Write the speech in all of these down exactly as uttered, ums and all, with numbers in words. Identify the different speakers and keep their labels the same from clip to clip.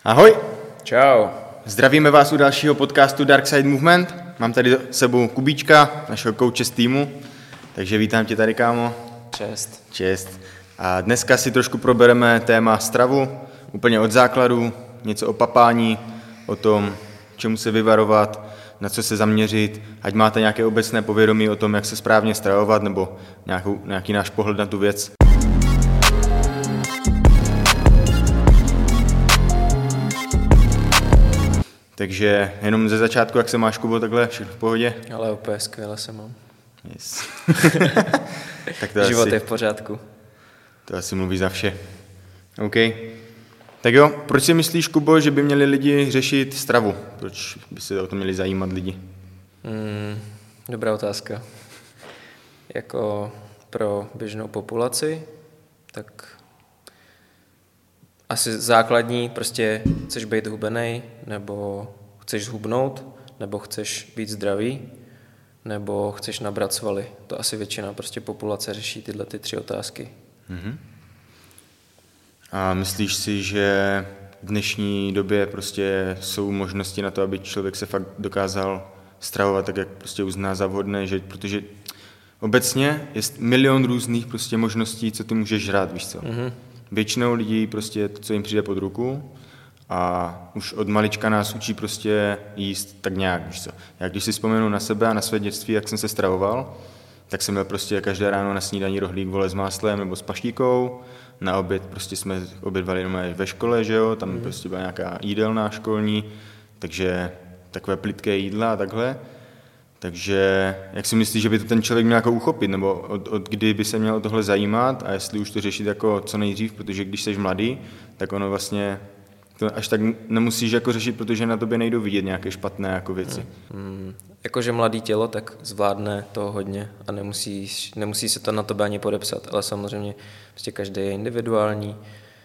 Speaker 1: Ahoj!
Speaker 2: Čau.
Speaker 1: Zdravíme vás u dalšího podcastu Dark Side Movement. Mám tady s sebou Kubíčka, našeho kouče z týmu. Takže vítám tě tady, kámo.
Speaker 2: Čest.
Speaker 1: Čest. A dneska si trošku probereme téma stravu, úplně od základu, něco o papání, o tom, čemu se vyvarovat, na co se zaměřit, ať máte nějaké obecné povědomí o tom, jak se správně stravovat, nebo nějakou, nějaký náš pohled na tu věc. Takže jenom ze začátku, jak se máš, Kubo, takhle, všechno v pohodě?
Speaker 2: Ale úplně skvěle se mám.
Speaker 1: Yes. Tak to
Speaker 2: Život
Speaker 1: asi,
Speaker 2: je v pořádku.
Speaker 1: To asi mluví za vše. OK. Tak jo, proč si myslíš, Kubo, že by měli lidi řešit stravu? Proč by se o to měli zajímat lidi?
Speaker 2: Hmm, dobrá otázka. Jako pro běžnou populaci, tak asi základní, prostě chceš být hubenej, nebo chceš zhubnout, nebo chceš být zdravý, nebo chceš nabrat svaly. To asi většina prostě populace řeší tyhle ty tři otázky.
Speaker 1: Mm-hmm. A myslíš si, že v dnešní době prostě jsou možnosti na to, aby člověk se fakt dokázal stravovat tak, jak prostě uzná za vhodné, že protože obecně je milion různých prostě možností, co ty můžeš žrát, víš co? Mm-hmm. Většinou lidí prostě to, co jim přijde pod ruku a už od malička nás učí prostě jíst tak nějak, víš co. Já když si vzpomenu na sebe a na své dětství, jak jsem se stravoval, tak jsem měl prostě každé ráno na snídani rohlík, vole, s máslem nebo s paštíkou, na oběd prostě jsme obědvali jenom ve škole, že jo, tam mm. prostě byla nějaká jídelná školní, takže takové plytké jídla a takhle. Takže jak si myslíš, že by to ten člověk měl jako uchopit, nebo od, od kdy by se měl o tohle zajímat a jestli už to řešit jako co nejdřív, protože když jsi mladý, tak ono vlastně to až tak nemusíš jako řešit, protože na tobě nejdou vidět nějaké špatné jako věci.
Speaker 2: Hmm. Jakože mladý tělo, tak zvládne toho hodně a nemusí, nemusí se to na tebe ani podepsat, ale samozřejmě prostě každý je individuální.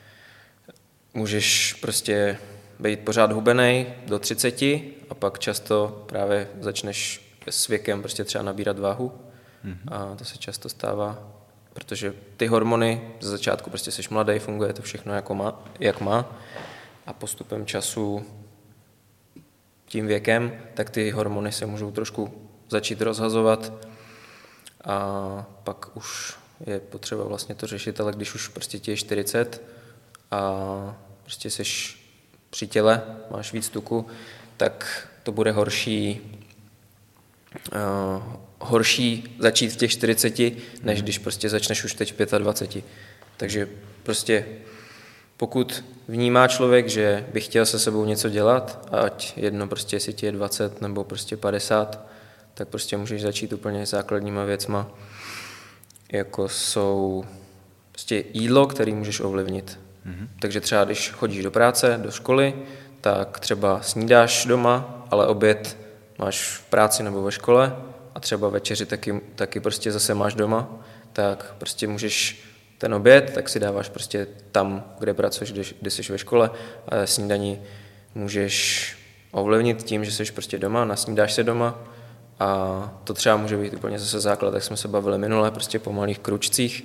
Speaker 2: Můžeš prostě být pořád hubenej do třiceti a pak často právě začneš s věkem prostě třeba nabírat váhu mm-hmm. a to se často stává, protože ty hormony ze začátku prostě jsi mladý, funguje to všechno jako má, jak má a postupem času tím věkem, tak ty hormony se můžou trošku začít rozhazovat a pak už je potřeba vlastně to řešit, ale když už prostě ti je čtyřicet a prostě seš při těle, máš víc tuku, tak to bude horší uh, horší začít v těch čtyřiceti, než když prostě začneš už teď v dvaceti pěti. Takže prostě pokud vnímá člověk, že by chtěl se sebou něco dělat, ať jedno prostě, jestli ti je dvacet nebo prostě padesát, tak prostě můžeš začít úplně základníma věcma, jako jsou prostě jídlo, který můžeš ovlivnit. Mm-hmm. Takže třeba když chodíš do práce, do školy, tak třeba snídáš doma, ale oběd máš v práci nebo ve škole a třeba večeři taky, taky prostě zase máš doma, tak prostě můžeš ten oběd, tak si dáváš prostě tam, kde pracuješ, kde, kde jsi ve škole a snídani můžeš ovlivnit tím, že jsi prostě doma, nasnídáš se doma a to třeba může být úplně zase základ, jak jsme se bavili minule, prostě po malých kručcích.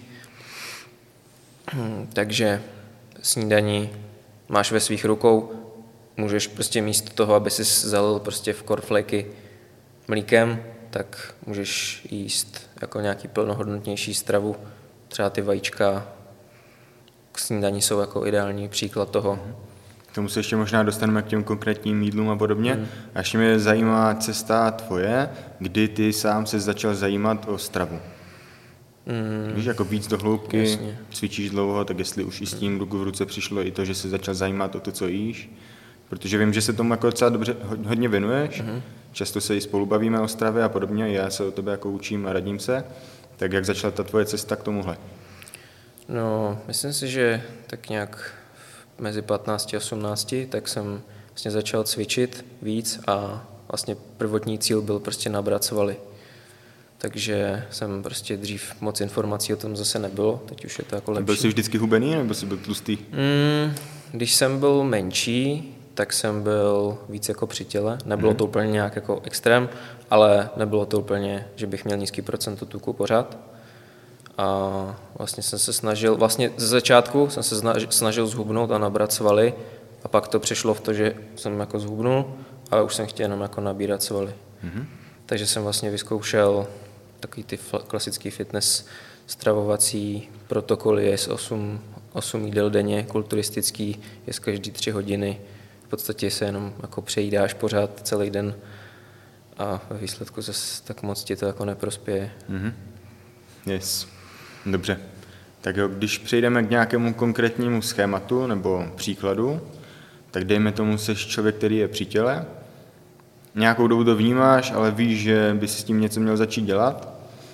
Speaker 2: Hmm, takže snídani máš ve svých rukou, můžeš prostě místo toho, aby si zalil prostě v cornflaky mlíkem, tak můžeš jíst jako nějaký plnohodnotnější stravu. Třeba ty vajíčka k snídani jsou jako ideální příklad toho.
Speaker 1: K tomu se ještě možná dostaneme k těm konkrétním jídlům a podobně. Mm. A ještě mě zajímá cesta tvoje, kdy ty sám se začal zajímat o stravu. Mm. Víš, jako víc do hloubky, jasně. Cvičíš dlouho, tak jestli už i s tím ruku v ruce přišlo i to, že se začal zajímat o to, co jíš. Protože vím, že se tomu jako docela dobře, hodně věnuješ. Mm. Často se i spolu bavíme o stravě a podobně. Já se o tebe jako učím a radím se. Tak jak začala ta tvoje cesta k tomuhle?
Speaker 2: No, myslím si, že tak nějak mezi patnácti a osmnácti, tak jsem vlastně začal cvičit víc a vlastně prvotní cíl byl prostě nabrat svaly. Takže jsem prostě dřív moc informací o tom zase nebylo, teď už je to jako lepší.
Speaker 1: Byl jsi vždycky hubený nebo jsi byl tlustý?
Speaker 2: Mm, když jsem byl menší, tak jsem byl víc jako při těle. Nebylo mm. to úplně nějak jako extrém, ale nebylo to úplně, že bych měl nízký procento tuku pořád. A vlastně jsem se snažil, vlastně ze začátku jsem se snažil zhubnout a nabrat svaly A pak to přešlo v to, že jsem jako zhubnul, ale už jsem chtěl jenom jako nabírat svaly. Mm-hmm. Takže jsem vlastně vyzkoušel takový ty klasický fitness stravovací protokoly, je osm, osm jídel denně, kulturistický, je každý tři hodiny. V podstatě se jenom jako přejídáš pořád celý den a ve výsledku zase tak moc ti to jako neprospěje.
Speaker 1: Mm-hmm. Yes. Dobře. Tak jo, když přejdeme k nějakému konkrétnímu schématu nebo příkladu, tak dejme tomu, seš člověk, který je při těle, nějakou dobu to vnímáš, ale víš, že by si s tím něco měl začít dělat,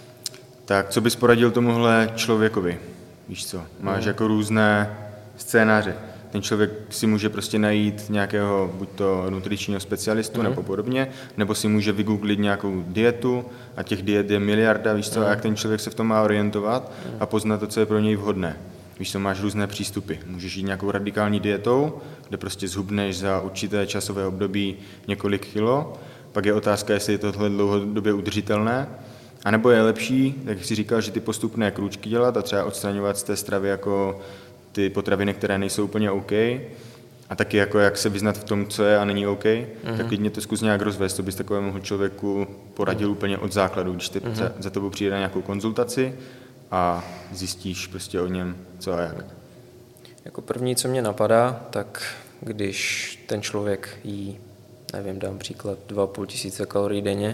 Speaker 1: tak co bys poradil tomuhle člověkovi? Víš co, máš mm. jako různé scénáře. Ten člověk si může prostě najít nějakého buď to nutričního specialistu mm. nebo podobně, nebo si může vygooglit nějakou dietu a těch diet je miliarda, víš co, mm. a jak ten člověk se v tom má orientovat mm. a poznat to, co je pro něj vhodné. Víš co, máš různé přístupy. Můžeš jít nějakou radikální dietou, kde prostě zhubneš za určité časové období několik kilo, pak je otázka, jestli je tohle dlouhodobě udržitelné, a nebo je lepší, jak jsi říkal, že ty postupné krůčky dělat a třeba odstraňovat z té stravy jako ty potraviny, které nejsou úplně OK, a taky jako jak se vyznat v tom, co je a není OK, mm-hmm. tak klidně to zkus nějak rozvést, to bys takovému člověku poradil mm-hmm. úplně od základu, když te, mm-hmm. za, za tebou přijde na nějakou konzultaci a zjistíš prostě o něm, co a jak.
Speaker 2: Jako první, co mě napadá, tak když ten člověk jí, nevím, dám příklad, dva a půl tisíce kalorií denně,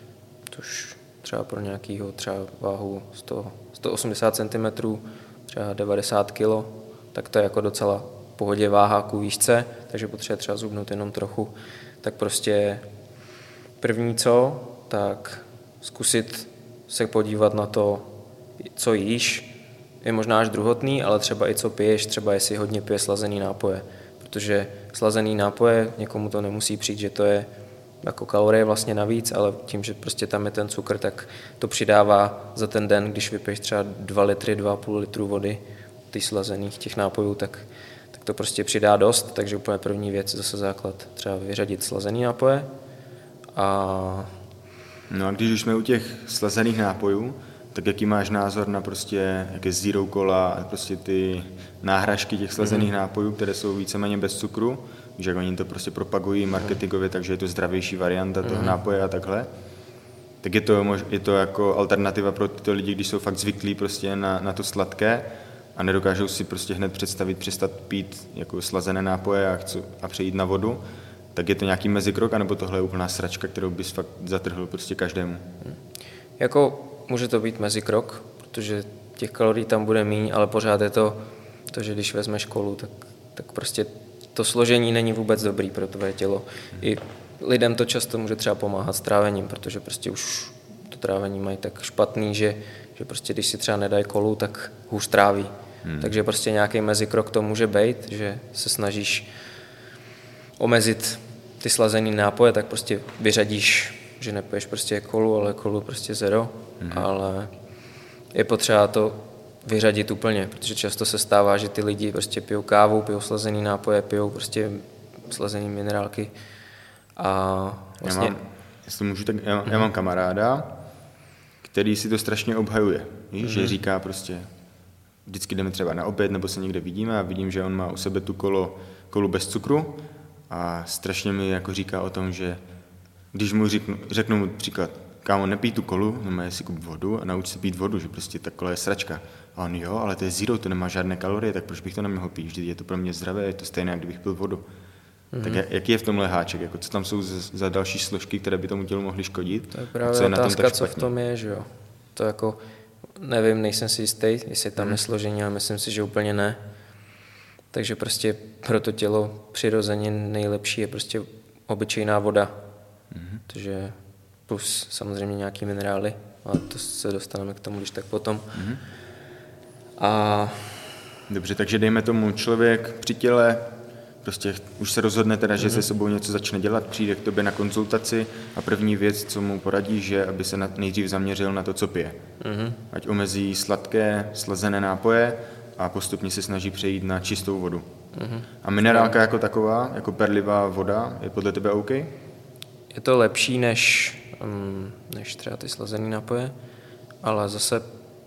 Speaker 2: tož třeba pro nějakýho třeba váhu sto, sto osmdesát centimetrů, třeba devadesát kilo, tak to je jako docela v pohodě váha ku výšce, takže potřebuje třeba zhubnout jenom trochu. Tak prostě první co, tak zkusit se podívat na to, co jíš, je možná až druhotný, ale třeba i co piješ, třeba jestli hodně pije slazený nápoje, protože slazený nápoje, někomu to nemusí přijít, že to je jako kalorie vlastně navíc, ale tím, že prostě tam je ten cukr, tak to přidává za ten den, když vypiješ třeba dva litry, dva a půl litru vody, ty slazených těch nápojů, tak, tak to prostě přidá dost, takže úplně první věc, zase základ, třeba vyřadit slazený nápoje. A...
Speaker 1: No a když už jsme u těch slazených nápojů, tak jaký máš názor na prostě jaké zero cola a prostě ty náhražky těch slazených mm-hmm. nápojů, které jsou víceméně bez cukru, že oni to prostě propagují marketingově, takže je to zdravější varianta toho mm-hmm. nápoje a takhle. Tak je to, je to jako alternativa pro tyto lidi, když jsou fakt zvyklí prostě na, na to sladké a nedokážou si prostě hned představit přestat pít jako slazené nápoje a, chci, a přejít na vodu, tak je to nějaký mezikrok, anebo tohle je úplná sračka, kterou bys fakt zatrhl prostě každému?
Speaker 2: Jako může to být mezikrok, protože těch kalorií tam bude míň, ale pořád je to, to že když vezmeš kolu, tak, tak prostě to složení není vůbec dobrý pro tvoje tělo. I lidem to často může třeba pomáhat s trávením, protože prostě už to trávení mají tak špatný, že, že prostě když si třeba nedají kolu, tak hůř tráví. Hmm. Takže prostě nějaký mezikrok to může být, že se snažíš omezit ty slazený nápoje, tak prostě vyřadíš, že nepiješ prostě kolu, ale kolu prostě zero, hmm. ale je potřeba to vyřadit úplně, protože často se stává, že ty lidi prostě pijou kávu, pijou slazený nápoje, pijou prostě slazený minerálky a vlastně...
Speaker 1: Já mám, jestli můžu, tak já, já mám kamaráda, který si to strašně obhajuje, víš, mm-hmm. že říká prostě, vždycky jdeme třeba na oběd nebo se někde vidíme a vidím, že on má u sebe tu kolo, kolu bez cukru a strašně mi jako říká o tom, že když mu řeknu, řeknu mu příklad, kámo, nepij tu kolu, nemá si kup vodu a nauč se pít vodu, že prostě ta kola je sračka. A on jo, ale to je zero, to nemá žádné kalorie, tak proč bych to nemohl pít, vždyť je to pro mě zdravé, je to stejné, jak kdybych pil vodu. Mm-hmm. Tak jaký je v tomhle háček, jako co tam jsou za další složky, které by tomu tělu mohly škodit?
Speaker 2: To je právě co je otázka, na tom co v tom je, že jo. To jako, nevím, nejsem si jistý, jestli tam mm. je složení, ale myslím si, že úplně ne. Takže prostě pro to tělo přirozeně nejlepší je prostě obyčejná voda. Mm-hmm. Takže plus samozřejmě nějaký minerály, ale to se dostaneme k tomu, když tak potom. Mm-hmm. A...
Speaker 1: Dobře, takže dejme tomu člověk při těle, prostě už se rozhodne teda, že mm-hmm. se sebou něco začne dělat, přijde k tobě na konzultaci a první věc, co mu poradíš, že aby se nejdřív zaměřil na to, co pije. Mm-hmm. Ať omezí sladké, slazené nápoje a postupně se snaží přejít na čistou vodu. Mm-hmm. A minerálka jako taková, jako perlivá voda, je podle tebe OK?
Speaker 2: Je to lepší než, um, než třeba ty slazené nápoje, ale zase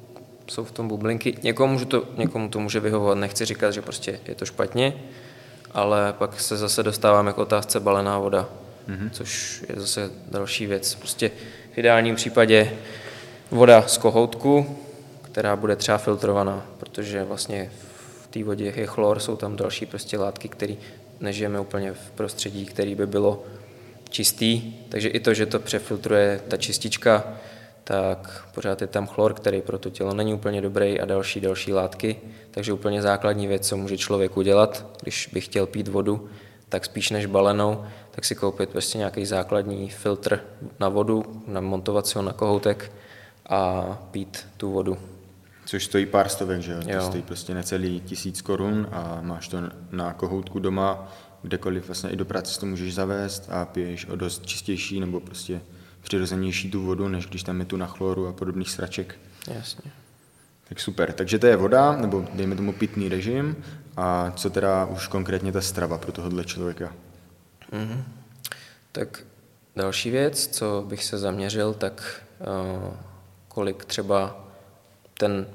Speaker 2: jsou v tom bublinky. Někomu to, někomu to může vyhovovat, nechci říkat, že prostě je to špatně, ale pak se zase dostáváme k otázce balená voda, mm-hmm. což je zase další věc. Prostě v ideálním případě voda z kohoutku, která bude třeba filtrovaná, protože vlastně v té vodě je chlor, jsou tam další prostě látky, které nežijeme úplně v prostředí, který by bylo čistý, takže i to, že to přefiltruje ta čistička, tak pořád je tam chlor, který pro to tělo není úplně dobrý a další, další látky. Takže úplně základní věc, co může člověk udělat, když by chtěl pít vodu, tak spíš než balenou, tak si koupit prostě nějaký základní filtr na vodu, namontovat si ho na kohoutek a pít tu vodu.
Speaker 1: Což stojí pár stovek, že jo?
Speaker 2: jo.
Speaker 1: To stojí prostě necelý tisíc korun a máš to na kohoutku doma, kdekoliv vlastně i do práce to můžeš zavést a piješ o dost čistější nebo prostě přirozenější tu vodu, než když tam je tu na chloru a podobných sraček.
Speaker 2: Jasně.
Speaker 1: Tak super. Takže to je voda, nebo dejme tomu pitný režim. A co teda už konkrétně ta strava pro tohohle člověka?
Speaker 2: Mm-hmm. Tak další věc, co bych se zaměřil, tak uh, kolik třeba ten,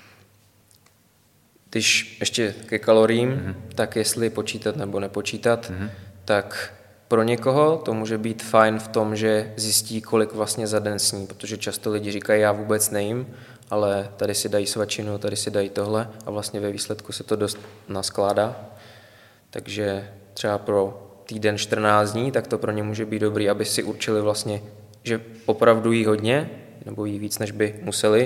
Speaker 2: když ještě ke kaloriím, mm-hmm. tak jestli počítat nebo nepočítat, mm-hmm. tak pro někoho to může být fajn v tom, že zjistí, kolik vlastně za den sní, protože často lidi říkají, já vůbec nejím, ale tady si dají svačinu, tady si dají tohle a vlastně ve výsledku se to dost naskládá. Takže třeba pro týden čtrnáct dní, tak to pro ně může být dobrý, aby si určili vlastně, že opravdu jí hodně, nebo jí víc, než by museli,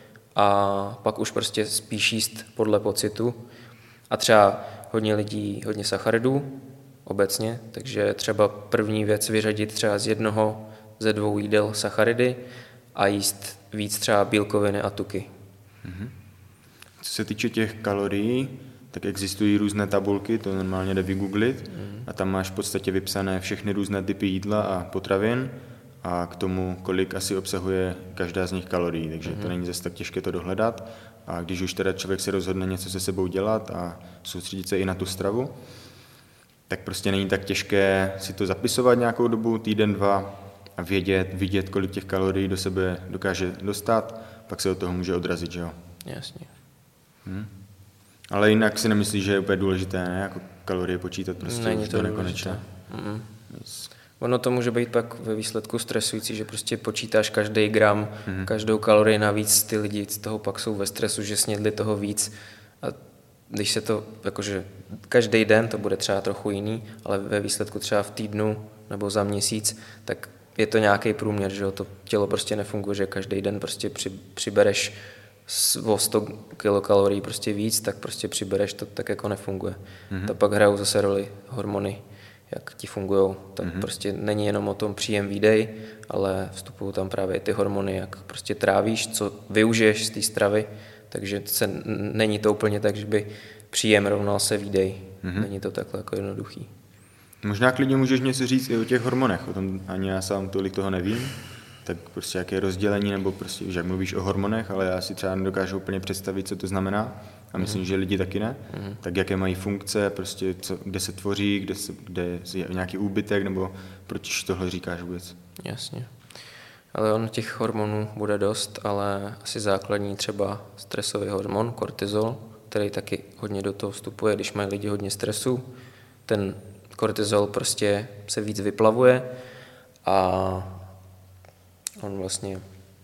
Speaker 2: a pak už prostě spíš jíst podle pocitu. A třeba hodně lidí, hodně sacharidů obecně, takže třeba první věc vyřadit třeba z jednoho ze dvou jídel sacharidy a jíst víc třeba bílkoviny a tuky.
Speaker 1: Mm-hmm. Co se týče těch kalorií, tak existují různé tabulky, to normálně jde vygooglit mm. a tam máš v podstatě vypsané všechny různé typy jídla a potravin a k tomu, kolik asi obsahuje každá z nich kalorií, takže mm. to není zase tak těžké to dohledat. A když už teda člověk se rozhodne něco se sebou dělat a soustředit se i na tu stravu, tak prostě není tak těžké si to zapisovat nějakou dobu, týden, dva a vědět, vidět, kolik těch kalorií do sebe dokáže dostat, pak se od toho může odrazit, že jo?
Speaker 2: Jasně.
Speaker 1: Hmm. Ale jinak si nemyslíš, že je úplně důležité, ne? Jako kalorie počítat prostě
Speaker 2: není
Speaker 1: už
Speaker 2: to
Speaker 1: do nekonečna.
Speaker 2: Mm. Yes. Ono to může být pak ve výsledku stresující, že prostě počítáš každý gram, mm. každou kalorii navíc, ty lidi z toho pak jsou ve stresu, že snědli toho víc a když se to, jakože každý den to bude třeba trochu jiný, ale ve výsledku třeba v týdnu nebo za měsíc, tak je to nějaký průměr, že to tělo prostě nefunguje, že každý den prostě při, přibereš o sto kilokalorií prostě víc, tak prostě přibereš, to tak jako nefunguje. Mm-hmm. To pak hrajou zase roli hormony, jak ti fungujou. Tak mm-hmm. prostě není jenom o tom příjem výdej, ale vstupují tam právě ty hormony, jak prostě trávíš, co využiješ z té stravy, takže se, není to úplně tak, že by příjem rovnal se výdej. Mm-hmm. Není to takhle jako jednoduchý.
Speaker 1: Možná klidně můžeš něco říct i o těch hormonech, o tom ani já sám tolik toho nevím, tak prostě jaké rozdělení, nebo prostě, že jak mluvíš o hormonech, ale já si třeba nedokážu úplně představit, co to znamená a myslím, mm. že lidi taky ne, mm. tak jaké mají funkce, prostě co, kde se tvoří, kde, se, kde je nějaký úbytek, nebo proč tohle říkáš vůbec?
Speaker 2: Jasně. Ale on těch hormonů bude dost, ale asi základní třeba stresový hormon, kortizol, který taky hodně do toho vstupuje, když mají lidi hodně stresu. Ten kortizol prostě se víc vyplavuje a on vlastně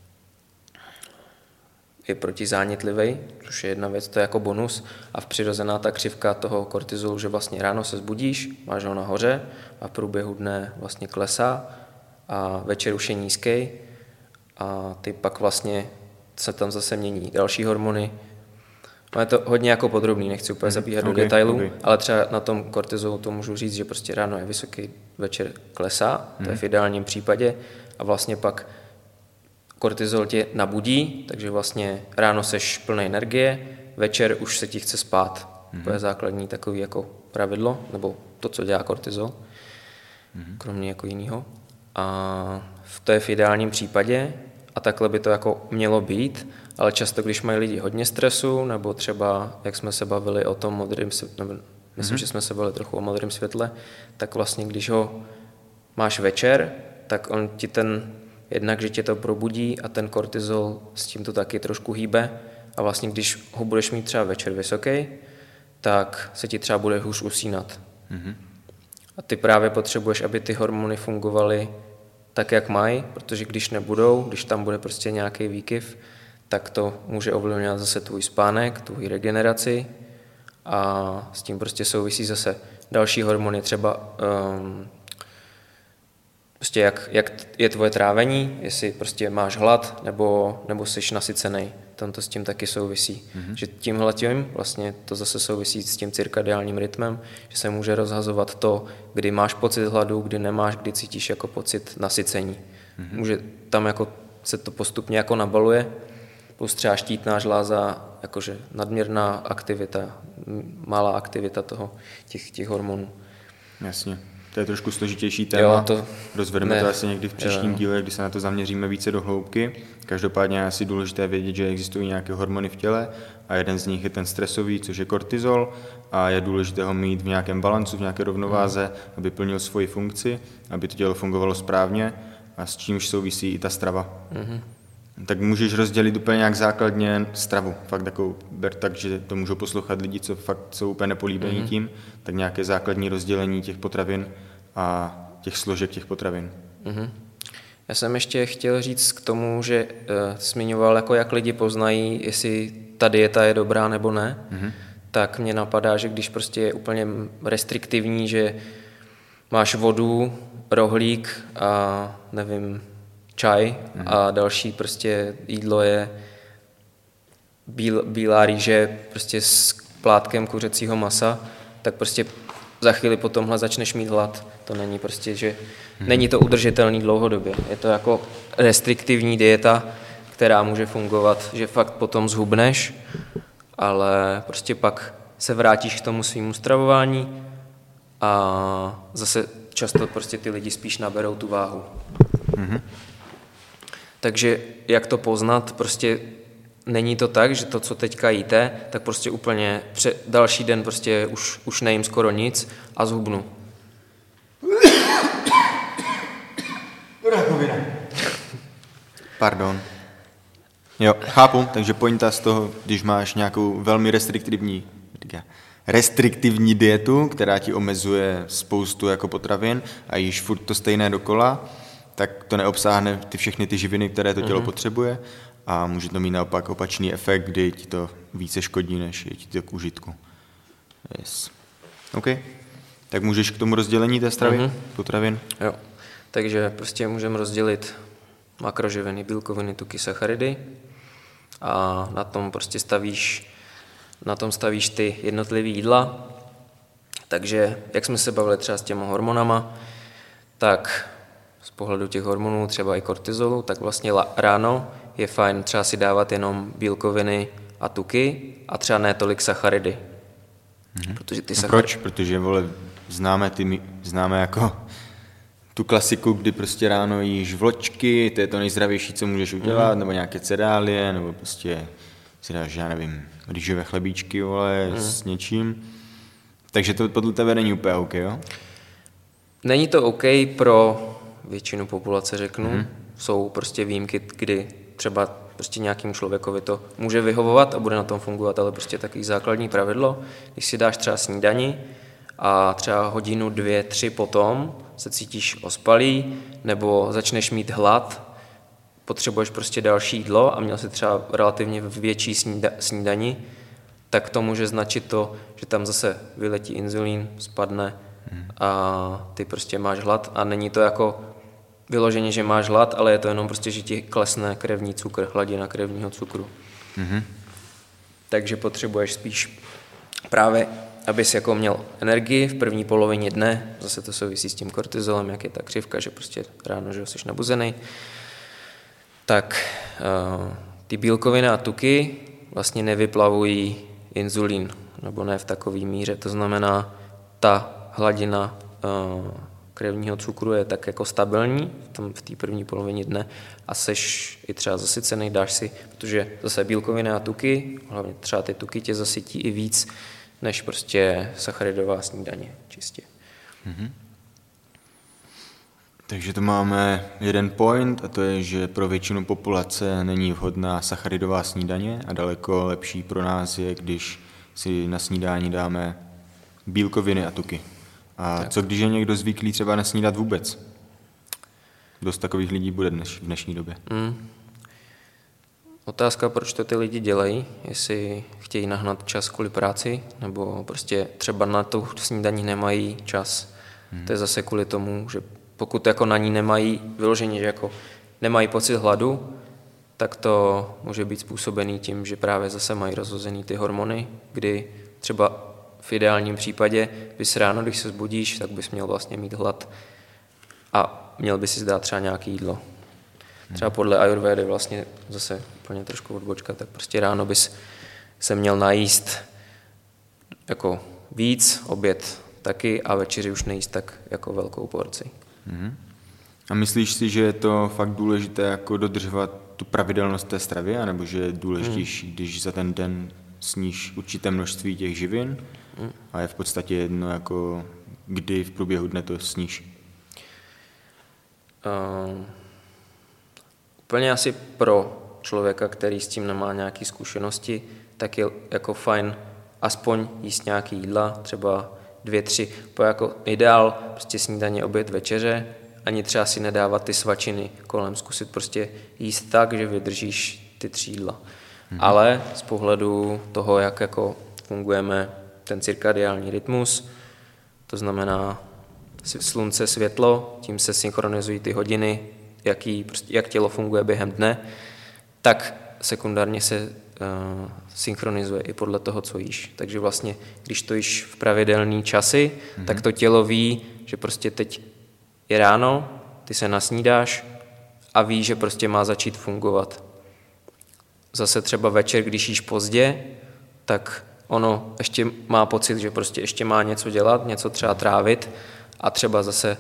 Speaker 2: je protizánětlivý, což je jedna věc, to je jako bonus a v přirozená ta křivka toho kortizolu, že vlastně ráno se zbudíš, máš ho nahoře a v průběhu dne vlastně klesá a večer už je nízký a ty pak vlastně se tam zase mění další hormony. No je to hodně jako podrobný, nechci úplně zabíhat
Speaker 1: okay,
Speaker 2: do detailů, okay.
Speaker 1: okay.
Speaker 2: ale třeba na tom kortizolu to můžu říct, že prostě ráno je vysoký, večer klesá, mm. to je v ideálním případě a vlastně pak kortizol tě nabudí, takže vlastně ráno seš plný energie, večer už se ti chce spát. Mm. To je základní takový jako pravidlo, nebo to, co dělá kortizol, mm. kromě jako jinýho. A to je v ideálním případě a takhle by to jako mělo být, ale často, když mají lidi hodně stresu, nebo třeba, jak jsme se bavili o tom modrém světle, nebo myslím, mm. že jsme se bavili trochu o modrém světle, tak vlastně, když ho máš večer, tak on ti ten jednak, že tě to probudí a ten kortizol s tím to taky trošku hýbe a vlastně když ho budeš mít třeba večer vysoký, tak se ti třeba bude hůř usínat. Mm-hmm. A ty právě potřebuješ, aby ty hormony fungovaly tak, jak mají, protože když nebudou, když tam bude prostě nějaký výkyv, tak to může ovlivňovat zase tvůj spánek, tvůj regeneraci a s tím prostě souvisí zase další hormony, třeba um, prostě jak, jak je tvoje trávení, jestli prostě máš hlad nebo, nebo jsi nasycený. Tam to s tím taky souvisí. Mm-hmm. Že tímhle tím vlastně to zase souvisí s tím cirkadiálním rytmem, že se může rozhazovat to, kdy máš pocit hladu, kdy nemáš, kdy cítíš jako pocit nasycení. Mm-hmm. Může tam jako se to postupně jako nabaluje, plus třeba štítná žláza, jakože nadměrná aktivita, malá aktivita toho, těch, těch hormonů.
Speaker 1: Jasně. To je trošku složitější téma.
Speaker 2: Jo, to...
Speaker 1: Rozvedeme
Speaker 2: ne.
Speaker 1: to asi někdy v příštím jo. díle, kdy se na to zaměříme více do hloubky. Každopádně je asi důležité vědět, že existují nějaké hormony v těle a jeden z nich je ten stresový, což je kortizol a je důležité ho mít v nějakém balancu, v nějaké rovnováze, hmm. aby plnil svoji funkci, aby to tělo fungovalo správně a s čímž souvisí i ta strava. Hmm. Tak můžeš rozdělit úplně nějak základně stravu. Fakt takovou, ber tak, že to můžou poslouchat lidi, co fakt jsou úplně nepolíbení mm-hmm. tím, tak nějaké základní rozdělení těch potravin a těch složek těch potravin.
Speaker 2: Mm-hmm. Já jsem ještě chtěl říct k tomu, že uh, zmiňoval, jako jak lidi poznají, jestli ta dieta je dobrá nebo ne, mm-hmm. tak mě napadá, že když prostě je úplně restriktivní, že máš vodu, rohlík a nevím, čaj mm. a další prostě jídlo je bíl, bílá rýže prostě s plátkem kuřecího masa, tak prostě za chvíli po tomhle začneš mít hlad. To není prostě, že mm. není to udržitelný dlouhodobě. Je to jako restriktivní dieta, která může fungovat, že fakt potom zhubneš, ale prostě pak se vrátíš k tomu svýmu stravování a zase často prostě ty lidi spíš naberou tu váhu. Mm. Takže jak to poznat, prostě není to tak, že to, co teďka jíte, tak prostě úplně před další den prostě už, už nejím skoro nic a zhubnu.
Speaker 1: Pardon. Jo, chápu, takže pointa z toho, když máš nějakou velmi restriktivní, restriktivní dietu, která ti omezuje spoustu jako potravin a jíš furt to stejné dokola, tak to neobsáhne ty všechny ty živiny, které to tělo mm-hmm. potřebuje a může to mít naopak opačný efekt, kdy ti to více škodí, než je ti to k užitku. Yes. OK. Tak můžeš k tomu rozdělení té stravy, mm-hmm. potravin?
Speaker 2: Jo. Takže prostě můžeme rozdělit makroživiny, bílkoviny, tuky, sacharidy a na tom prostě stavíš, na tom stavíš ty jednotlivý jídla. Takže jak jsme se bavili třeba s těma hormonama, tak z pohledu těch hormonů, třeba i kortizolu, tak vlastně ráno je fajn třeba si dávat jenom bílkoviny a tuky a třeba ne tolik sacharidy.
Speaker 1: Mm-hmm. Protože ty sacharidy... Proč? Protože, vole, známe, ty, známe jako tu klasiku, kdy prostě ráno jíš vločky, to je to nejzdravější, co můžeš udělat, mm. nebo nějaké cereálie, nebo prostě si dáš, já nevím, rýžové chlebíčky, vole, mm. s něčím. Takže to podle tebe není úplně OK, jo?
Speaker 2: Není to OK pro většinu populace, řeknu. Mm. Jsou prostě výjimky, kdy třeba prostě nějakému člověkovi to může vyhovovat a bude na tom fungovat, ale prostě takový základní pravidlo, když si dáš třeba snídani a třeba hodinu, dvě, tři potom se cítíš ospalý nebo začneš mít hlad, potřebuješ prostě další jídlo a měl si třeba relativně větší snída, snídani, tak to může značit to, že tam zase vyletí inzulín, spadne a ty prostě máš hlad a není to jako vyloženě, že máš hlad, ale je to jenom prostě, že ti klesne krevní cukr, hladina krevního cukru. Mm-hmm. Takže potřebuješ spíš právě, abys jako měl energii v první polovině dne, zase to souvisí s tím kortizolem, jak je ta křivka, že prostě ráno, že jsi nabuzený, tak uh, ty bílkoviny a tuky vlastně nevyplavují inzulín, nebo ne v takové míře, to znamená, ta hladina uh, krevního cukru je tak jako stabilní v, tom, v té první polovině dne a seš i třeba zasycený, dáš si, protože zase bílkoviny a tuky, hlavně třeba ty tuky tě zasytí i víc, než prostě sacharidová snídaně čistě. Mm-hmm.
Speaker 1: Takže to máme jeden point a to je, že pro většinu populace není vhodná sacharidová snídaně a daleko lepší pro nás je, když si na snídání dáme bílkoviny a tuky. A
Speaker 2: tak.
Speaker 1: co když je někdo zvyklý třeba nesnídat vůbec? Dost takových lidí bude dneš, v dnešní době.
Speaker 2: Mm. Otázka, proč to ty lidi dělají, jestli chtějí nahnat čas kvůli práci, nebo prostě třeba na tu snídaní nemají čas. Hmm. To je zase kvůli tomu, že pokud jako na ní nemají vyloženě, že jako nemají pocit hladu, tak to může být způsobený tím, že právě zase mají rozhozený ty hormony, kdy třeba v ideálním případě bys ráno, když se zbudíš, tak bys měl vlastně mít hlad a měl by si dát třeba nějaké jídlo. Třeba podle Ayurvédy vlastně zase úplně trošku odbočka, tak prostě ráno bys se měl najíst jako víc, oběd taky a večeři už nejíst tak jako velkou porci.
Speaker 1: Mm-hmm. A myslíš si, že je to fakt důležité jako dodržovat tu pravidelnost té stravy, anebo že je důležitější, mm. když za ten den sníš určité množství těch živin mm. a je v podstatě jedno, jako kdy v průběhu dne to sníš?
Speaker 2: Um. Úplně asi pro člověka, který s tím nemá nějaké zkušenosti, tak je jako fajn aspoň jíst nějaký jídla, třeba dvě, tři, po jako ideál, prostě snídaně, oběd, večeře, ani třeba si nedávat ty svačiny kolem, zkusit prostě jíst tak, že vydržíš ty tři jídla. Mm-hmm. Ale z pohledu toho, jak jako fungujeme ten cirkadiální rytmus, to znamená slunce, světlo, tím se synchronizují ty hodiny, jaký, prostě, jak tělo funguje během dne, tak sekundárně se uh, synchronizuje i podle toho, co jíš. Takže vlastně, když to jíš v pravidelný časy, mm-hmm. tak to tělo ví, že prostě teď je ráno, ty se nasnídáš a ví, že prostě má začít fungovat. Zase třeba večer, když jíš pozdě, tak ono ještě má pocit, že prostě ještě má něco dělat, něco třeba trávit a třeba zase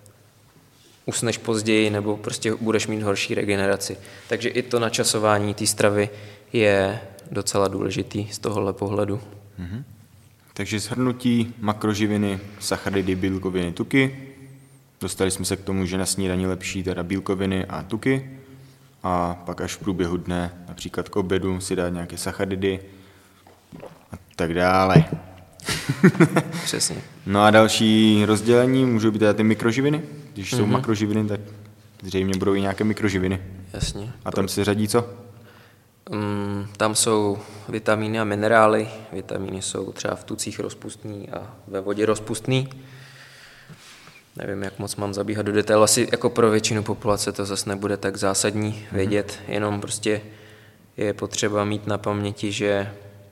Speaker 2: usneš později nebo prostě budeš mít horší regeneraci. Takže i to načasování té stravy je docela důležitý z tohohle pohledu.
Speaker 1: Mm-hmm. Takže shrnutí makroživiny, sacharidy, bílkoviny, tuky. Dostali jsme se k tomu, že na snídani lepší teda bílkoviny a tuky. A pak až v průběhu dne, například k obědu, si dát nějaké sacharidy a tak dále.
Speaker 2: Přesně.
Speaker 1: No a další rozdělení můžou být teda ty mikroživiny. Když mm-hmm. jsou makroživiny, tak zřejmě budou i nějaké mikroživiny.
Speaker 2: Jasně.
Speaker 1: A tam se řadí co?
Speaker 2: Um, tam jsou vitamíny a minerály. Vitamíny jsou třeba v tucích rozpustný a ve vodě rozpustný. Nevím, jak moc mám zabíhat do detailu. Asi jako pro většinu populace to zase nebude tak zásadní vědět, mm-hmm. jenom prostě je potřeba mít na paměti, že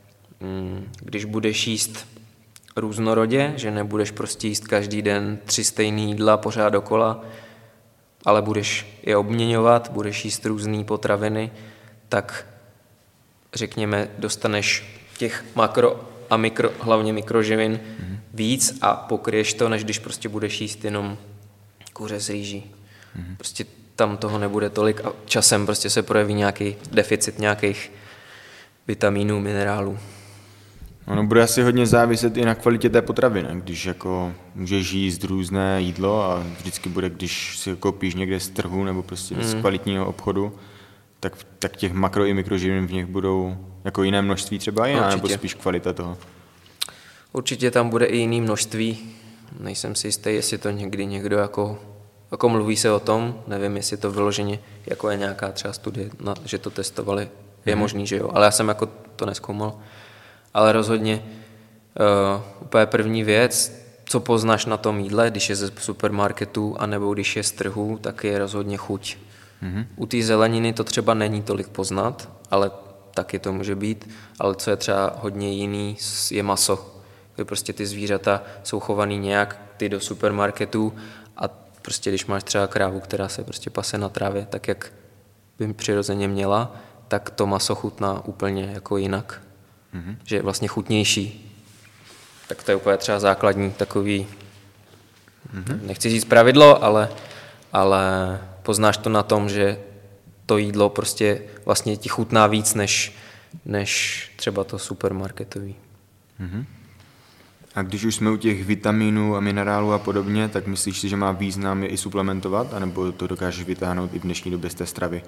Speaker 2: um, když budeš jíst různorodě, že nebudeš prostě jíst každý den tři stejný jídla pořád dokola, ale budeš je obměňovat, budeš jíst různé potraviny, tak řekněme, dostaneš těch makro a mikro, hlavně mikroživin mm-hmm. víc a pokryješ to, než když prostě budeš jíst jenom kuře s rýží. Mm-hmm. Prostě tam toho nebude tolik a časem prostě se projeví nějaký deficit nějakých vitamínů, minerálů.
Speaker 1: Ono bude asi hodně záviset i na kvalitě té potraviny, když jako můžeš jíst různé jídlo a vždycky bude, když si koupíš někde z trhu nebo prostě mm. z kvalitního obchodu, tak, tak těch makro i mikroživin v nich budou jako jiné množství třeba jiná, nebo spíš kvalita toho?
Speaker 2: Určitě tam bude i jiné množství. Nejsem si jistý, jestli to někdy někdo jako, jako mluví se o tom, nevím, jestli to vyloženě jako je nějaká třeba studie, na, že to testovali, je mm. možný, že jo, ale já jsem jako to nezkoumal. Ale rozhodně uh, úplně první věc, co poznáš na tom jídle, když je ze supermarketu anebo když je z trhu, tak je rozhodně chuť. Mm-hmm. U té zeleniny to třeba není tolik poznat, ale taky to může být. Ale co je třeba hodně jiný, je maso. Kdy prostě ty zvířata jsou chovaný nějak, ty do supermarketu a prostě když máš třeba krávu, která se prostě pase na trávě, tak jak by přirozeně měla, tak to maso chutná úplně jako jinak. Mm-hmm. Že je vlastně chutnější. Tak to je úplně třeba základní takový, mm-hmm. nechci říct pravidlo, ale, ale poznáš to na tom, že to jídlo prostě vlastně ti chutná víc, než, než třeba to supermarketový.
Speaker 1: Mm-hmm. A když už jsme u těch vitamínů a minerálů a podobně, tak myslíš si, že má význam je i suplementovat, anebo to dokážeš vytáhnout i v dnešní době z té stravy?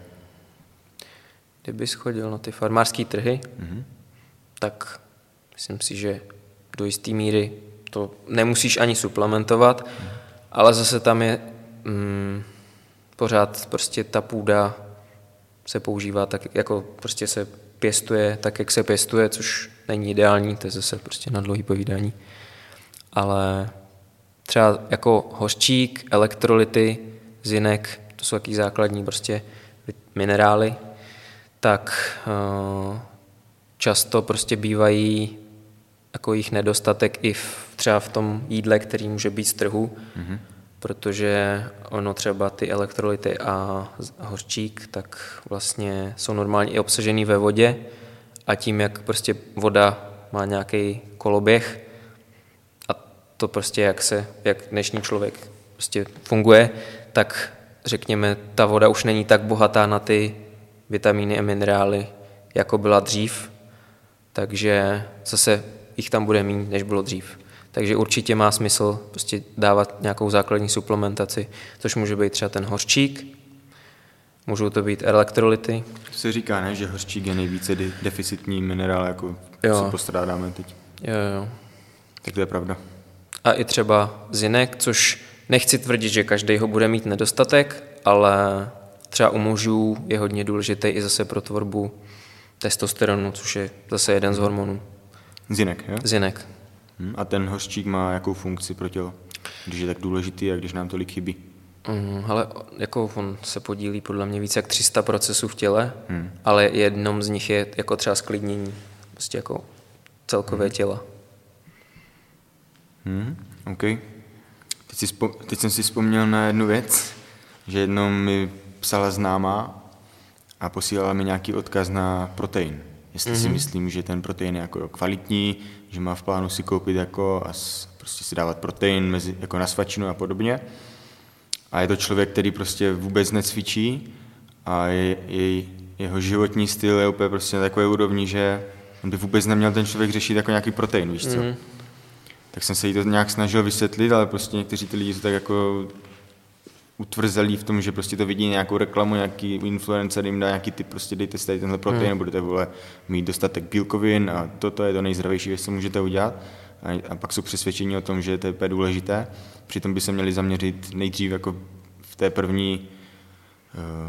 Speaker 2: Kdybys chodil na ty farmářské trhy,
Speaker 1: mm-hmm.
Speaker 2: tak myslím si, že do jisté míry to nemusíš ani suplementovat, mm. ale zase tam je mm, pořád prostě ta půda se používá tak, jako prostě se pěstuje tak, jak se pěstuje, což není ideální, to je zase prostě na dlouhý povídání. Ale třeba jako hořčík, elektrolyty, zinek, to jsou taky základní prostě minerály, tak uh, často prostě bývají jako jich nedostatek i v, třeba v tom jídle, který může být z trhu, mm-hmm. protože ono třeba ty elektrolyty a hořčík tak vlastně jsou normálně i obsažený ve vodě a tím, jak prostě voda má nějaký koloběh a to prostě jak se, jak dnešní člověk prostě funguje, tak řekněme, ta voda už není tak bohatá na ty vitamíny a minerály, jako byla dřív, takže zase jich tam bude méně, než bylo dřív. Takže určitě má smysl prostě dávat nějakou základní suplementaci, což může být třeba ten hořčík, můžou to být elektrolyty.
Speaker 1: To se říká, ne, že hořčík je nejvíce de- deficitní minerál, jako
Speaker 2: jo.
Speaker 1: se postrádáme teď.
Speaker 2: Jo, jo.
Speaker 1: Tak to je pravda.
Speaker 2: A i třeba zinek, což nechci tvrdit, že každý ho bude mít nedostatek, ale třeba u mužů je hodně důležitý i zase pro tvorbu testosteronu, což je zase jeden z hormonů.
Speaker 1: Zinek, jo?
Speaker 2: Zinek.
Speaker 1: Hmm. A ten hořčík má jakou funkci pro tělo, když je tak důležitý a když nám tolik chybí?
Speaker 2: Mm, ale jako on se podílí podle mě více jak tři sta procesů v těle,
Speaker 1: hmm.
Speaker 2: ale jednom z nich je jako třeba sklidnění, prostě jako celkové
Speaker 1: hmm.
Speaker 2: těla.
Speaker 1: Hmm. OK. Teď, si vzpo- teď jsem si vzpomněl na jednu věc, že jednou mi psala známá a posílala mi nějaký odkaz na protein. Jestli mm-hmm. si myslím, že ten protein je jako kvalitní, že má v plánu si koupit jako a s, prostě si dávat protein mezi, jako na svačinu a podobně. A je to člověk, který prostě vůbec necvičí a je, je, jeho životní styl je úplně prostě na takové úrovni, že on by vůbec neměl ten člověk řešit jako nějaký protein, víš co? Mm-hmm. Tak jsem se jí to nějak snažil vysvětlit, ale prostě někteří ty lidi jsou tak jako utvrzelí v tom, že prostě to vidí nějakou reklamu, nějaký influencer jim dá nějaký typ, prostě dejte si tady tenhle protein, hmm. budete vole mít dostatek bílkovin a toto je to nejzdravější věc, co můžete udělat. A, a pak jsou přesvědčení o tom, že to je úplně důležité. Přitom by se měli zaměřit nejdřív jako v té první uh,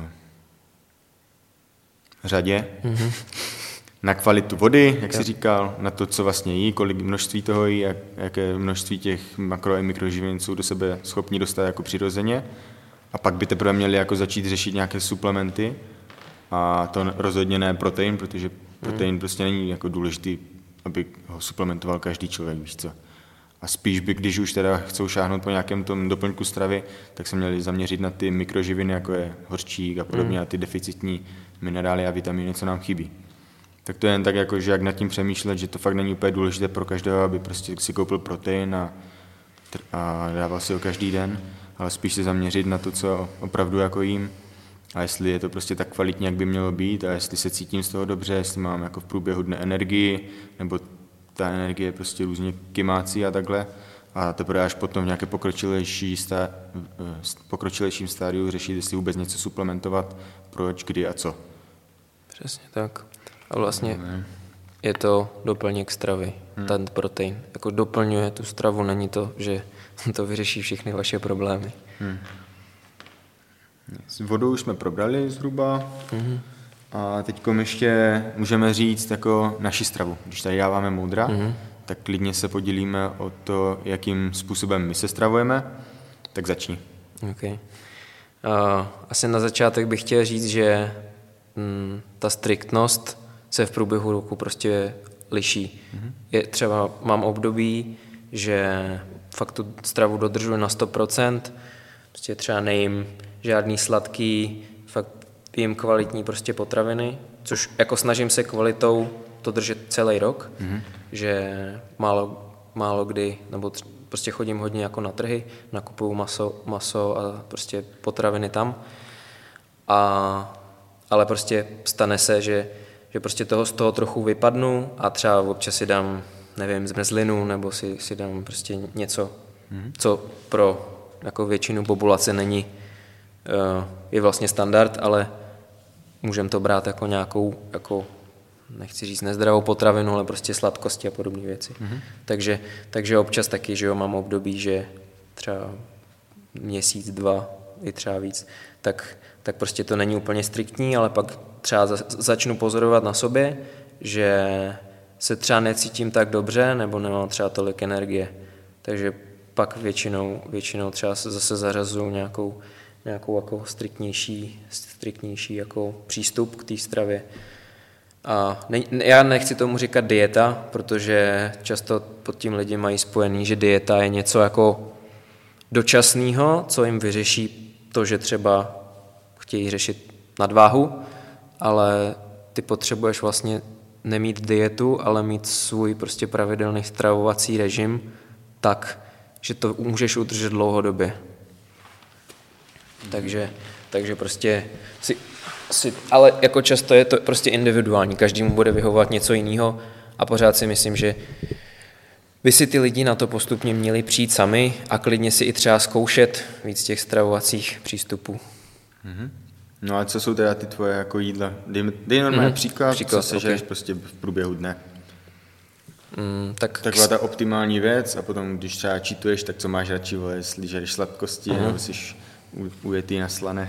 Speaker 1: řadě hmm. na kvalitu vody, jak jsi říkal, na to, co vlastně jí, kolik množství toho jí, jak, jaké množství těch makro- a mikroživin jsou do sebe schopni dostat jako přirozeně. A pak by teprve měli jako začít řešit nějaké suplementy. A to rozhodně ne protein, protože protein hmm. prostě není jako důležitý, aby ho suplementoval každý člověk, víš co. A spíš by, když už teda chcou šáhnout po nějakém tom doplňku stravy, tak se měli zaměřit na ty mikroživiny, jako je hořčík a podobně, hmm. a ty deficitní minerály a vitamíny, co nám chybí. Tak to je jen tak, jako, že jak nad tím přemýšlet, že to fakt není úplně důležité pro každého, aby prostě si koupil protein a, a dával si ho každý den, ale spíš se zaměřit na to, co opravdu jako jím a jestli je to prostě tak kvalitní, jak by mělo být a jestli se cítím z toho dobře, jestli mám jako v průběhu dne energii, nebo ta energie prostě různě kymácí a takhle. A teprve až potom v nějaké pokročilejší stá, pokročilejším stádiu řešit, jestli vůbec něco suplementovat, proč, kdy a co.
Speaker 2: Přesně tak. A vlastně je to doplněk stravy, hmm. ten protein. Jako doplňuje tu stravu, není to, že to vyřeší všechny vaše problémy. Hmm.
Speaker 1: S vodou už jsme probrali zhruba hmm. a teď ještě můžeme říct jako naši stravu. Když tady dáváme moudra, hmm. tak klidně se podělíme o to, jakým způsobem my se stravujeme, tak začni.
Speaker 2: Okay. Uh, asi na začátek bych chtěl říct, že mm, ta striktnost se v průběhu roku prostě liší. Mm-hmm. Je třeba, mám období, že fakt tu stravu dodržuji na sto procent, prostě třeba nejím žádný sladký, fakt jím kvalitní prostě potraviny, což jako snažím se kvalitou to držet celý rok, mm-hmm. že málo, málo kdy, nebo tř- prostě chodím hodně jako na trhy, nakupuju maso, maso a prostě potraviny tam, a, ale prostě stane se, že že prostě toho z toho trochu vypadnu a třeba občas si dám, nevím, zmrzlinu nebo si, si dám prostě něco, mm-hmm. co pro jako většinu populace není, uh, je vlastně standard, ale můžeme to brát jako nějakou jako nechci říct nezdravou potravinu, ale prostě sladkosti a podobné věci. Mm-hmm. Takže, takže občas taky, že jo, mám období, že třeba měsíc, dva, i třeba víc, tak, tak prostě to není úplně striktní, ale pak třeba za, začnu pozorovat na sobě, že se třeba necítím tak dobře, nebo nemám třeba tolik energie. Takže pak většinou, většinou třeba zase zařazuju nějakou, nějakou jako striktnější, striktnější jako přístup k té stravě. A ne, já nechci tomu říkat dieta, protože často pod tím lidi mají spojený, že dieta je něco jako dočasného, co jim vyřeší to, že třeba chtějí řešit nadváhu, ale ty potřebuješ vlastně nemít dietu, ale mít svůj prostě pravidelný stravovací režim tak, že to můžeš udržet dlouhodobě. Takže, takže prostě si, si, ale jako často je to prostě individuální, každému bude vyhovovat něco jiného a pořád si myslím, že by si ty lidi na to postupně měli přijít sami a klidně si i třeba zkoušet víc těch stravovacích přístupů.
Speaker 1: Mm-hmm. No a co jsou teda ty tvoje jako jídla? Dej, dej normálně mm-hmm. příklad, příklad, co sežereš okay. prostě v průběhu dne.
Speaker 2: Mm, tak
Speaker 1: Taková ta optimální věc a potom, když třeba čítuješ, tak co máš radši, vole, jestli žereš sladkosti, mm-hmm. nebo jsi ujetý na slané.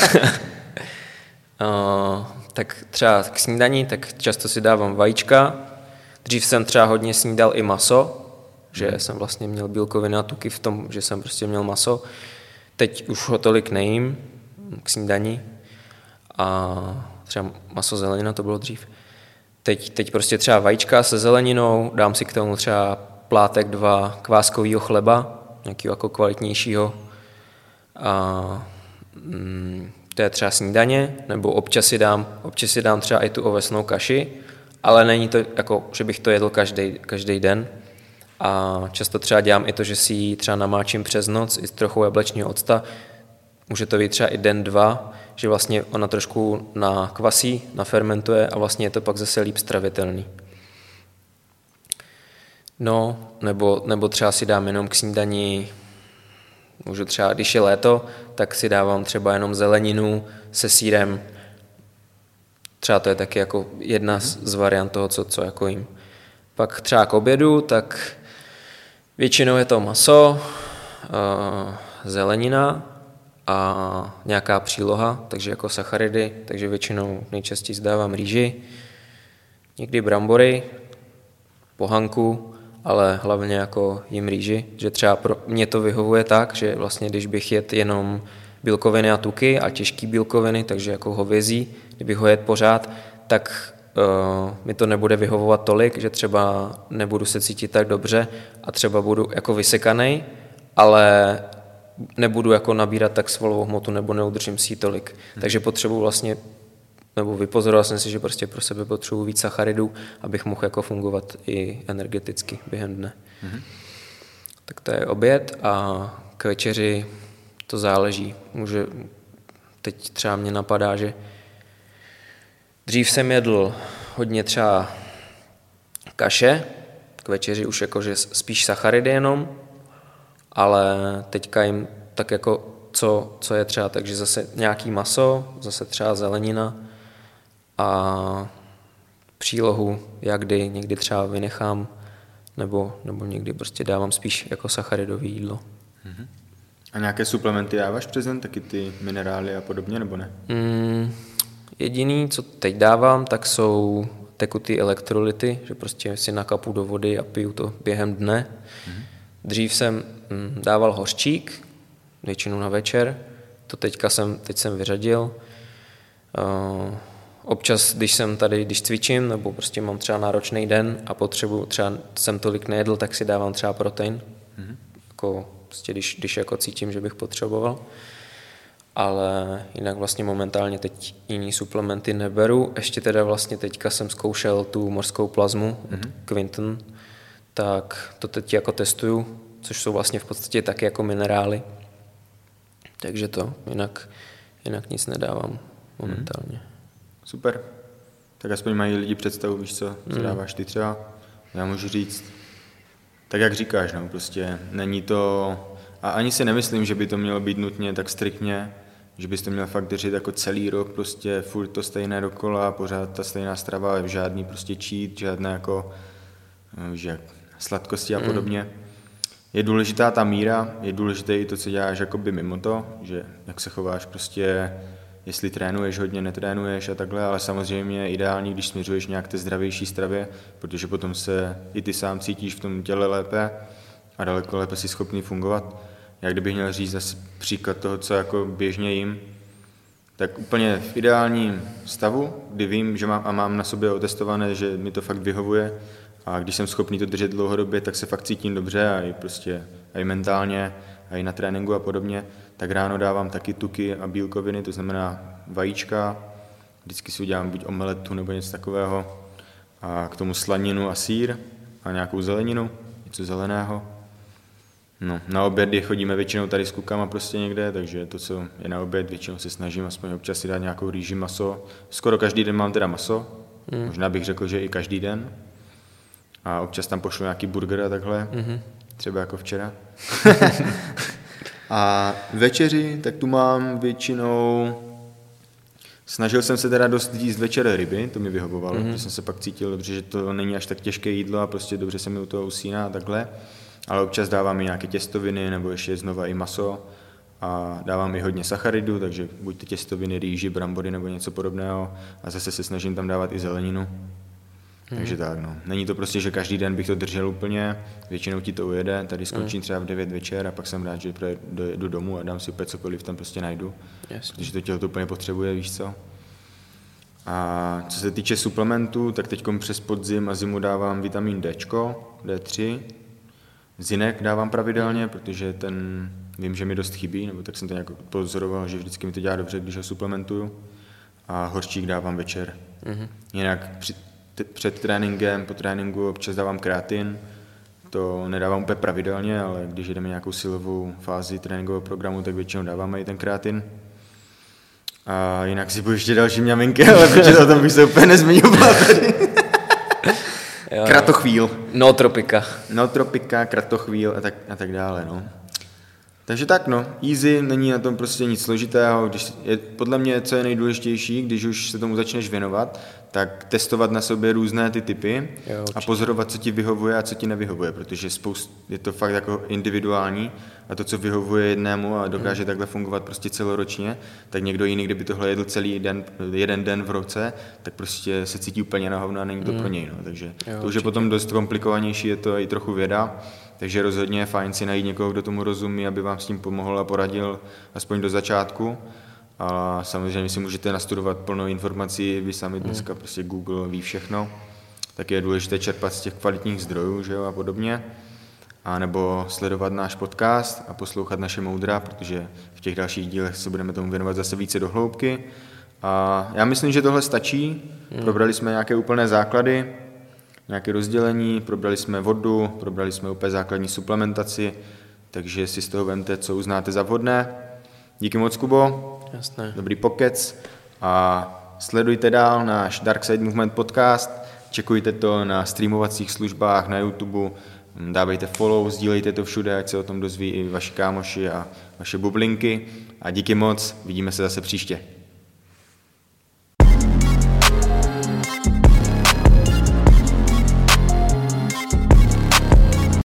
Speaker 2: uh, tak třeba k snídani, tak často si dávám vajíčka. Dřív jsem třeba hodně snídal i maso, že mm. jsem vlastně měl bílkoviny a tuky v tom, že jsem prostě měl maso. Teď už ho tolik nejím k snídani a třeba maso, zelenina to bylo dřív. Teď, teď prostě třeba vajíčka se zeleninou, dám si k tomu třeba plátek dva kváskovýho chleba, nějakého jako kvalitnějšího. A mm, to je třeba snídaně, nebo občas si dám, občas si dám třeba i tu ovesnou kaši, ale není to jako, že bych to jedl každý, každý den. A často třeba dělám i to, že si ji třeba namáčím přes noc i s trochou jablečního octa. Může to být třeba i den, dva, že vlastně ona trošku nakvasí, nafermentuje a vlastně je to pak zase líp stravitelný. No, nebo, nebo třeba si dám jenom k snídani, můžu třeba, když je léto, tak si dávám třeba jenom zeleninu se sýrem. Třeba to je taky jako jedna z, z variant toho, co, co jako jim. Pak třeba k obědu, tak většinou je to maso, zelenina a nějaká příloha, takže jako sacharidy, takže většinou nejčastěji zdávám rýži, někdy brambory, pohanku, ale hlavně jako jim rýži, že třeba pro mě to vyhovuje tak, že vlastně když bych jedl jenom bílkoviny a tuky a těžký bílkoviny, takže jako hovězí, kdybych ho jedl pořád, tak uh, mi to nebude vyhovovat tolik, že třeba nebudu se cítit tak dobře a třeba budu jako vysekanej, ale nebudu jako nabírat tak svalovou hmotu nebo neudržím si ji tolik. Hmm. Takže potřebuji vlastně, nebo vypozoroval jsem si, že prostě pro sebe potřebuji víc sacharidů, abych mohl jako fungovat i energeticky během dne. Hmm. Tak to je oběd a k večeři to záleží. Může, teď třeba mě napadá, že dřív jsem jedl hodně třeba kaše, k večeři už jakože spíš sacharidy jenom, ale teďka jim tak jako co, co je třeba, takže zase nějaký maso, zase třeba zelenina a přílohu, jak kdy, někdy třeba vynechám, nebo, nebo někdy prostě dávám spíš jako sacharidové jídlo.
Speaker 1: Mm-hmm. A nějaké suplementy dáváš přes den, taky ty minerály a podobně, nebo ne?
Speaker 2: Mm, jediný, co teď dávám, tak jsou tekutý elektrolyty, že prostě si nakapu do vody a piju to během dne. Mm-hmm. Dřív jsem mm, dával hořčík, většinou na večer, to teďka jsem, teď jsem vyřadil. Uh, občas, když jsem tady, když cvičím, nebo prostě mám třeba náročný den a potřebuji, třeba jsem tolik nejedl, tak si dávám třeba protein, mm-hmm. jako prostě když, když jako cítím, že bych potřeboval. Ale jinak vlastně momentálně teď jiný suplementy neberu. Ještě teda vlastně teďka jsem zkoušel tu mořskou plazmu mm-hmm. od Quinton, tak to teď jako testuju, což jsou vlastně v podstatě taky jako minerály. Takže to, jinak, jinak nic nedávám momentálně. Mm.
Speaker 1: Super. Tak aspoň mají lidi představu, víš co, co mm. dáváš ty třeba. Já můžu říct, tak jak říkáš, no, prostě není to, a ani si nemyslím, že by to mělo být nutně tak striktně, že bys to měl fakt držet jako celý rok, prostě furt to stejné dokola, pořád ta stejná strava, žádný prostě cheat, žádné jako že sladkosti a podobně. Je důležitá ta míra, je důležité i to, co děláš jakoby mimo to, že jak se chováš prostě, jestli trénuješ hodně, netrénuješ a takhle, ale samozřejmě je ideální, když směřuješ nějak té zdravější stravě, protože potom se i ty sám cítíš v tom těle lépe a daleko lépe si schopný fungovat. Jak kdybych měl říct zase příklad toho, co jako běžně jim, tak úplně v ideálním stavu, kdy vím, že mám a mám na sobě otestované, že mi to fakt vyhovuje a když jsem schopný to držet dlouhodobě, tak se fakt cítím dobře a i prostě a i mentálně, a i na tréninku a podobně, tak ráno dávám taky tuky a bílkoviny, to znamená vajíčka, vždycky si udělám buď omeletu nebo něco takového a k tomu slaninu a sýr a nějakou zeleninu, něco zeleného. No, na obědy chodíme většinou tady s klukama prostě někde, takže to, co je na oběd, většinou se snažím aspoň občas si dát nějakou rýži, maso. Skoro každý den mám teda maso, mm. možná bych řekl, že i každý den. A občas tam pošlu nějaký burger a takhle, mm-hmm. třeba jako včera. A večeři, tak tu mám většinou, snažil jsem se teda dost jíst večer ryby, to mi vyhovovalo, mm-hmm. protože jsem se pak cítil dobře, že to není až tak těžké jídlo a prostě dobře se mi u toho usíná a takhle. Ale občas dávám i nějaké těstoviny nebo ještě znova i maso a dávám i hodně sacharidů, takže buď ty těstoviny, rýži, brambory nebo něco podobného a zase se snažím tam dávat i zeleninu. Hmm. Takže tak, no. Není to prostě, že každý den bych to držel úplně, většinou ti to ujede, tady skončím hmm. třeba v devět večer a pak jsem rád, že jdu domů a dám si úplně cokoliv tam prostě najdu, Jasně. protože to tělo to úplně potřebuje, víš co. A co se týče suplementů, tak teď přes podzim a zimu dávám vitamin Dčko, D tři, zinek dávám pravidelně, protože ten vím, že mi dost chybí, nebo tak jsem to nějak pozoroval, že vždycky mi to dělá dobře, když ho suplementuju. A hořčík dávám večer. Mm-hmm. Jinak při, t- před tréninkem, po tréninku občas dávám kreatin. To nedávám úplně pravidelně, ale když jdeme nějakou silovou fázi tréninkového programu, tak většinou dáváme i ten kreatin. A jinak si budu ještě další mňaminky, ale protože o tom bych se úplně nezmiňoval tady.
Speaker 2: Jo,
Speaker 1: kratochvíl.
Speaker 2: Nootropika.
Speaker 1: Nootropika, kratochvíl a tak, a tak dále, no. Takže tak, no. Easy, není na tom prostě nic složitého. Když je, podle mě, co je nejdůležitější, když už se tomu začneš věnovat, tak testovat na sobě různé ty typy jo, a pozorovat, co ti vyhovuje a co ti nevyhovuje, protože spoust, je to fakt jako individuální a to, co vyhovuje jednému a dokáže hmm. takhle fungovat prostě celoročně, tak někdo jiný, kdyby tohle jedl celý den, jeden den v roce, tak prostě se cítí úplně na hovno a není to hmm. pro něj. No. Takže jo, to už určitě. Je potom dost komplikovanější, je to i trochu věda, takže rozhodně je fajn si najít někoho, kdo tomu rozumí, aby vám s tím pomohl a poradil aspoň do začátku. A samozřejmě si můžete nastudovat plnou informací, vy sami dneska prostě Google ví všechno, tak je důležité čerpat z těch kvalitních zdrojů, že jo, a podobně. A nebo sledovat náš podcast a poslouchat naše moudra, protože v těch dalších dílech se budeme tomu věnovat zase více do hloubky. A já myslím, že tohle stačí. Probrali jsme nějaké úplné základy, nějaké rozdělení, probrali jsme vodu, probrali jsme úplně základní suplementaci, takže si z toho vemte, co uznáte za vhodné. Díky moc, Kubo.
Speaker 2: Jasné.
Speaker 1: Dobrý pokec a sledujte dál náš Dark Side Movement podcast, čekujte to na streamovacích službách, na YouTube, dávejte follow, sdílejte to všude, ať se o tom dozví i vaši kámoši a vaše bublinky a díky moc, vidíme se zase příště.